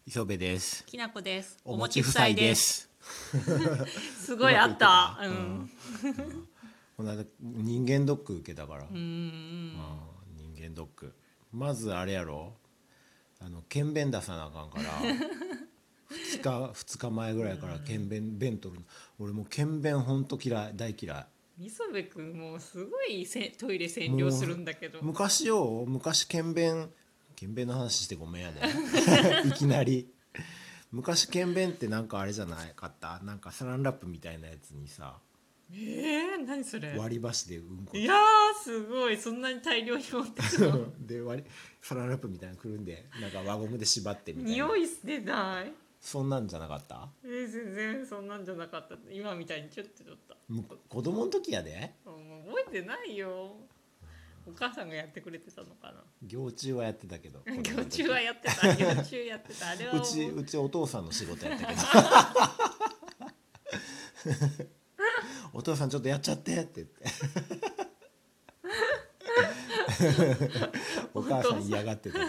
磯部です。 きなこです。 おもち夫妻です。 すごいあった。 この間人間ドック受けたから。人間ドック。まずあれやろ。検便出さなあかんから。2日前ぐらいから検便取るの。俺もう検便ほんと嫌い、大嫌い。 磯部くんもうすごいトイレ占領するんだけど。 昔検便の話してごめんやで。いきなり。昔検便ってなんかあれじゃないかった、なんかサランラップみたいなやつにさ、 何それ、 割り箸でうんこ、 いやーすごい、そんなに大量に持ってるのでサランラップみたいなのくるんで、なんか輪ゴムで縛ってみたいな、 匂い出ない？ そんなんじゃなかった？ 全然そんなんじゃなかった。今みたいにちょっと取った。 子供の時やで。 もう覚えてないよ。お母さんがやってくれてたのかな。 行中はやってたけど。 行中はやってた。行中やってた。あれはうちお父さんの仕事やったけど。お父さんちょっとやっちゃってって言って。お母さん嫌がってたから。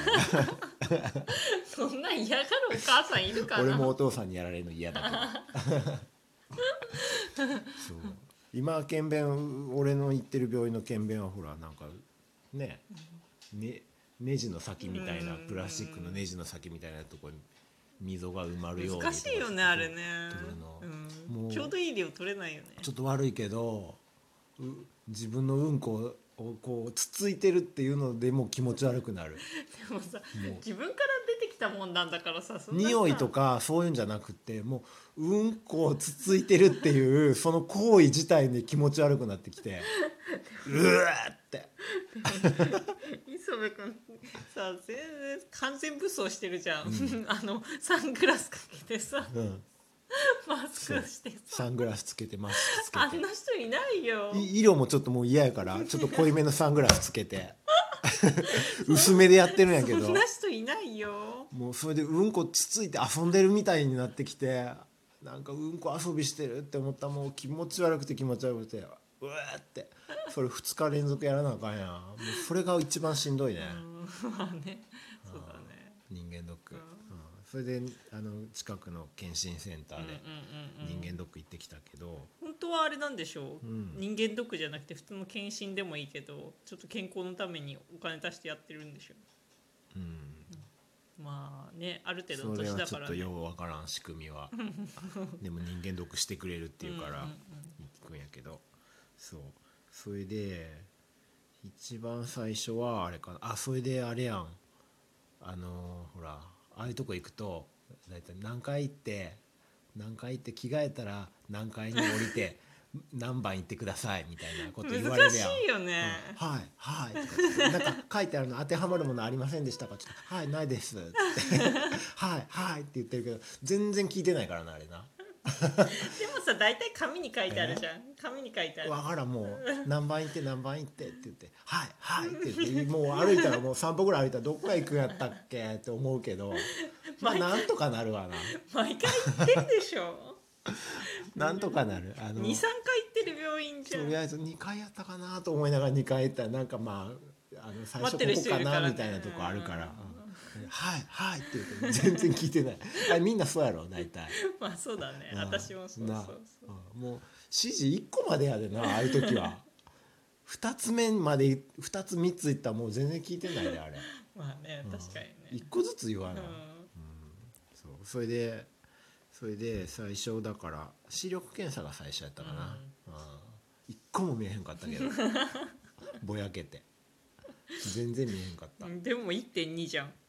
そんな嫌がるお母さんいるかな。 俺もお父さんにやられるの嫌だけど。そう。今検便、俺の行ってる病院の検便はほらなんかね、ネジの先みたいな、プラスチックのネジの先みたいなところに溝が埋まるように。 難しいよねあれね。もうちょうどいい量取れないよね。 ちょっと悪いけど、自分のうんこをこうつついてるっていうのでも気持ち悪くなる。 でもさ、自分から出てきたもんなんだからさ、 匂いとかそういうんじゃなくて、もううんこをつついてるっていうその行為自体で気持ち悪くなってきて、うわーって。 磯部君さ、全然完全武装してるじゃん、サングラスかけてさ、マスクしてさ、 サングラスつけてマスクつけて、 あんな人いないよ。 色もちょっともう嫌やから、ちょっと濃いめのサングラスつけて薄めでやってるんやけど、 そんな人いないよ。 もうそれでうんこつついて遊んでるみたいになってきて、なんかうんこ遊びしてるって思ったらもう気持ち悪くてうわーって、それ2日連続やらなあかんやん。もうそれが一番しんどいね。 まあね、そうだね。 人間ドック、それで近くの検診センターで人間ドック行ってきたけど、 本当はあれなんでしょう、人間ドックじゃなくて普通の検診でもいいけど、ちょっと健康のためにお金出してやってるんでしょう。まあね、ある程度の年だからね。 それはちょっとようわからん仕組みは。でも人間ドックしてくれるっていうから行くんやけど、それで一番最初はあれかな、それであれやん、ほらああいうとこ行くとだいたい何回行って着替えたら何階に降りて何番行ってくださいみたいなこと言われるやん。 難しいよね。 はいはいとかなんか書いてあるの当てはまるものありませんでしたか、ちょっとはいないですってはいはいって言ってるけど全然聞いてないからなあれな。 でもさ、大体紙に書いてあるじゃん。紙に書いてある。 わからん、もう何番行ってって言ってはいはいって言って、もう歩いたらもう3歩ぐらい歩いたらどこか行くんやったっけって思うけど、まあなんとかなるわな。 毎回行ってんでしょなんとかなる。 2、3回行ってる病院じゃん。 とりあえず2回やったかなと思いながら2回行ったらなんかまあ最初ここかなみたいなとこあるから、はいはいって言って全然聞いてない。あれみんなそうやろ大体。 まあそうだね、私もそう。 もう指示1個までやでな、ああいう時は。2つ目まで2つ3ついったらもう全然聞いてないであれ。 まあね、確かにね。 1個ずつ言わな。それで最初だから視力検査が最初やったかな。1個も見えへんかったけどぼやけて全然見えへんかった。 でも 1.2 じゃん。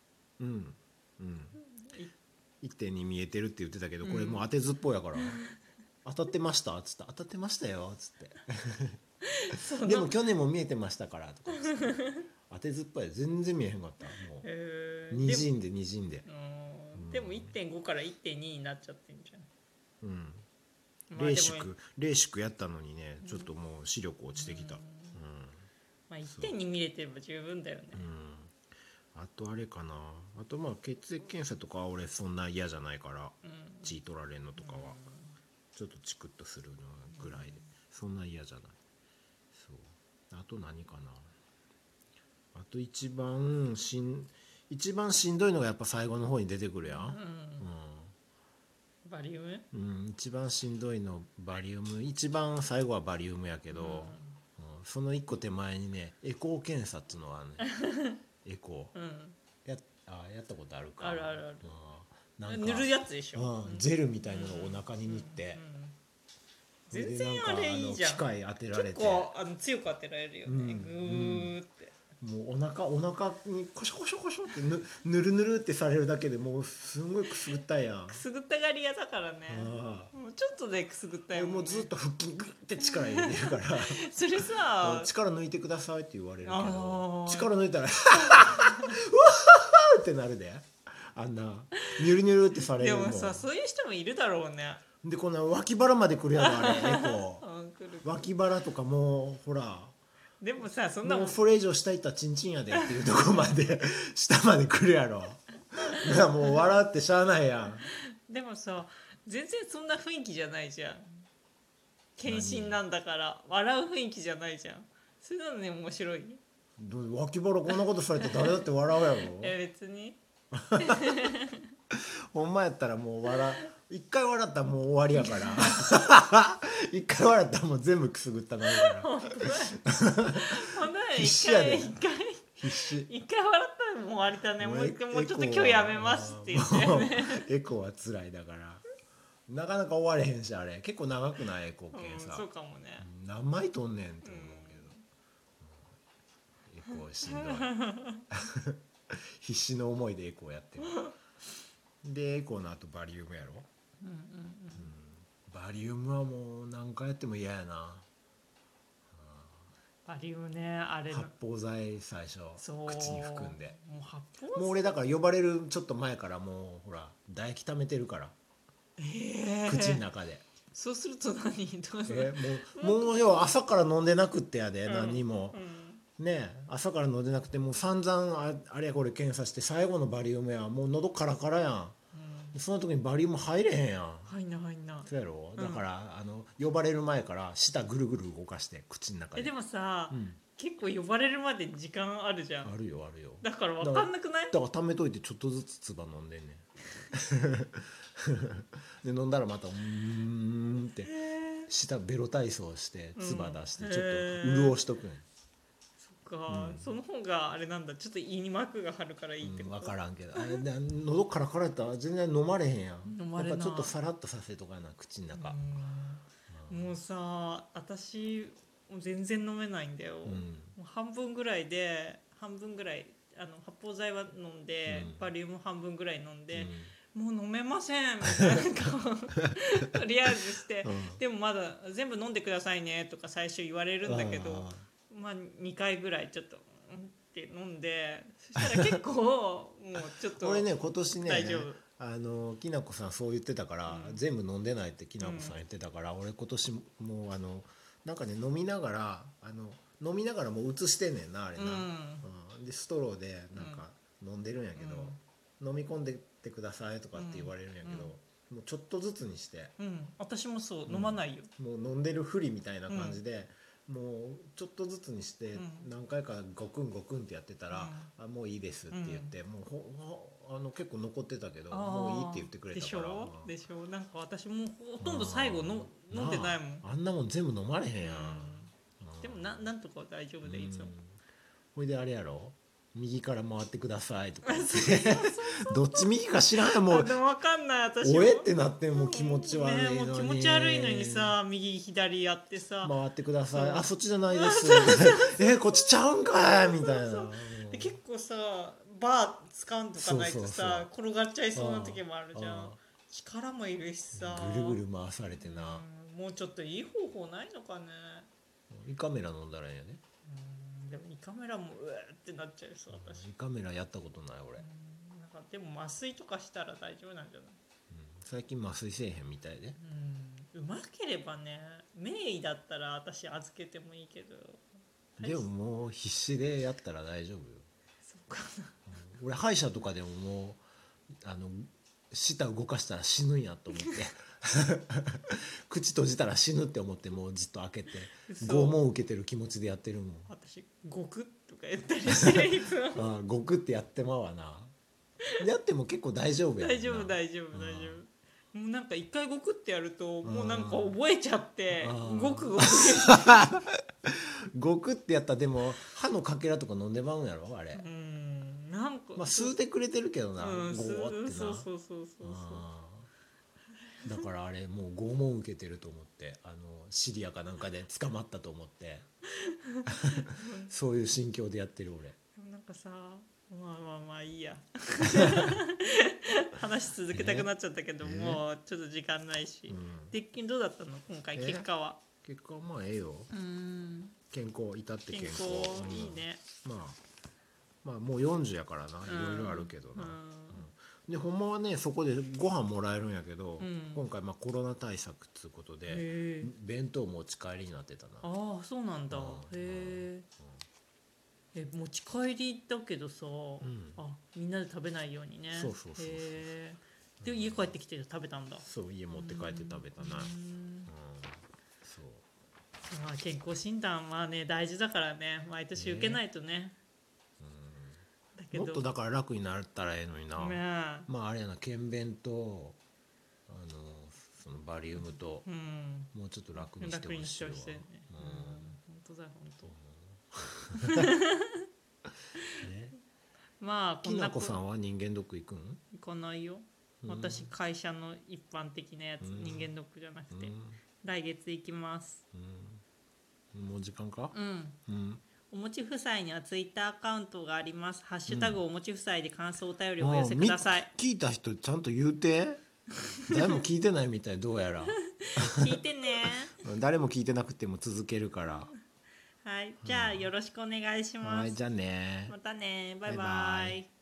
1.2 見えてるって言ってたけど、これもう当てずっぽうやから当たってましたっつって、当たってましたよっつってでも去年も見えてましたからとかつって当てずっぽうや、全然見えへんかった。もうにじんででも 1.5 から 1.2 になっちゃってんじゃん。 レーシックやったのにね、ちょっともう視力落ちてきた。 まあ 1.2 見れてれば十分だよね。 あとあれかな、あとまあ血液検査とかは俺そんな嫌じゃないから、血取られんのとかはちょっとチクッとするのぐらいでそんな嫌じゃない。そう、あと何かな、あと一番一番しんどいのがやっぱ最後の方に出てくるやん、 バリウム、 一番しんどいのバリウム、一番最後はバリウムやけど、その一個手前にねエコー検査っつうのはねエコー、やったことあるか。 あるあるある、 なんか塗るやつでしょ、 ジェルみたいなのをお腹に塗って、 全然あれいいじゃん。 機械当てられて結構強く当てられるよね、グーって、 もうお腹にコショコショコショってぬるぬるってされるだけでもうすんごいくすぐったいやん。 くすぐったがり屋だからね、もうちょっとでくすぐったいもんね。 もうずっと腹筋グッて力入れてるからそれさ力抜いてくださいって言われるけど、力抜いたらうわーってなるで、あんなニュルニュルってされるもん。 でもさ、そういう人もいるだろうね。 でこの脇腹まで来るやろあれエコー脇腹とかもうほら、 でもさ、そんなもうそれ以上下いったらチンチンやでっていうとこまで下まで来るやろ。だからもう笑ってしゃあないやん。 でもさ、全然そんな雰囲気じゃないじゃん。検診なんだから笑う雰囲気じゃないじゃん。それなのに面白い。 脇腹こんなことされて誰だって笑うやろ別にほんまやったらもう一回笑ったらもう終わりやから一回笑ったらもう全部くすぐったなるから本当だよ。 必死やで一回必死。 一回笑ったらもう終わりだね。もうちょっと今日やめますって言ってね。 エコーは辛いだからなかなか終われへんし、あれ結構長くないエコー検査、 そうかもね。 何枚とんねんって思うけど、エコーしんどい必死の思いでエコーやってるでエコーの後バリウムやろ、バリウムはもう何回やっても嫌やな。 バリウムね、あれ発泡剤最初口に含んで、 もう発泡剤もう俺だから呼ばれるちょっと前からもうほら唾液溜めてるから、口の中で。 そうすると何どうするもう要は朝から飲んでなくってやで、何にも、ねえ朝から飲んでなくてもう散々あれやこれ検査して最後のバリウムやもう喉カラカラやん、その時にバリウム入れへんやん。 入んな入んな。 そうやろ、だから呼ばれる前から舌ぐるぐる動かして口の中で。 でもさ、結構呼ばれるまでに時間あるじゃん。 あるよあるよ。 だから分かんなくない？ だから溜めといてちょっとずつ唾飲んでんねんで飲んだらまたって舌ベロ体操して唾出してちょっと潤しとくん。 そっか、その方があれなんだ、ちょっと胃に膜が張るからいいってこと？ 分からんけど、あれ喉カラカラやったら全然飲まれへんやん。 飲まれない。 やっぱちょっとさらっとさせとかな口の中。 もうさ、私全然飲めないんだよ、もう半分ぐらい発泡剤は飲んで、バリウム半分ぐらい飲んで、もう飲めませんみたいな顔とりあえずして、でもまだ全部飲んでくださいねとか最初言われるんだけど、まあ2回ぐらいちょっとって飲んで、そしたら結構もうちょっと俺ね今年ね大丈夫。 きなこさんそう言ってたから、全部飲んでないってきなこさん言ってたから、俺今年もなんかね飲みながらもう移してんねんなあれな、でストローでなんか飲んでるんやけど、飲み込んでってくださいとかって言われるんやけど、もうちょっとずつにして、 私もそう、飲まないよ。 もう飲んでるふりみたいな感じで、もうちょっとずつにして何回かゴクンゴクンってやってたら、もういいですって言って、もう結構残ってたけどもういいって言ってくれたから。 でしょなんか私もほとんど最後飲んでないもん。 あんなもん全部飲まれへんやん。 でもなんとか大丈夫でいつも。 ほいであれやろ、右から回ってくださいとかどっち右か知らんやんもう。 でも分かんない私も。 おえってなってもう気持ち悪いのに、 もう気持ち悪いのにさ、右左やってさ、 回ってください、あそっちじゃないですこっちちゃうんかいみたいな。 で結構さバー使うんとかないとさ転がっちゃいそうな時もあるじゃん。力もいるしさ、 ぐるぐる回されてな、 もうちょっといい方法ないのかね。 胃カメラ飲んだらいいんやね。 でも胃カメラもうえってなっちゃうさ私。 胃カメラやったことない俺。 なんかでも麻酔とかしたら大丈夫なんじゃない？ 最近麻酔せえへんみたいで。 うまければね、名医だったら私預けてもいいけど。 でももう必死でやったら大丈夫よ。 そっかな。 俺歯医者とかでももう舌動かしたら死ぬんやと思って口閉じたら死ぬって思ってもうずっと開けて拷問受けてる気持ちでやってるもん。 私ゴクッとか言ったりしていつもあ、ごくってやってまうわな。やっても結構大丈夫やもんな。 大丈夫大丈夫大丈夫。もうなんか一回ごくってやるともうなんか覚えちゃってごくごくごくってやったらでも歯のかけらとか飲んでまうんやろあれ。 なんかまあ吸うてくれてるけどな、ゴーってな。 そうそうそうそうだからあれもう拷問受けてると思って、シリアかなんかで捕まったと思ってそういう心境でやってる俺。 なんかさ、まあまあまあいいや話続けたくなっちゃったけど、もうちょっと時間ないし、でどうだったの今回結果は。 結果はまあええよ。健康、至って健康、 いいね。 まあもう40やからな、いろいろあるけどな。でほんまはねそこでご飯もらえるんやけど、今回まあコロナ対策っつうことで弁当持ち帰りになってたな。 ああそうなんだ。へえ。持ち帰りだけどさ、みんなで食べないようにね。 そうそうそうそう。 で家帰ってきて食べたんだ。 そう家持って帰って食べたな。そう。 まあ健康診断はね大事だからね、毎年受けないとね。 もっとだから楽になったらええのにな。まああれやな、検便とそのバリウムと、もうちょっと楽にしてほしいわ。本当だ本当。まあきなこさんは人間ドック行くん？ 行かないよ。私会社の一般的なやつ、人間ドックじゃなくて、来月行きます。 もう時間か？ おもち夫妻にはツイッターアカウントがあります。ハッシュタグおもち夫妻で感想お便りをお寄せください。 聞いた人ちゃんと言うて。誰も聞いてないみたい、どうやら。 聞いてね。 誰も聞いてなくても続けるから。 はい、じゃあよろしくお願いします。 はい、じゃあね。 またね、バイバイ。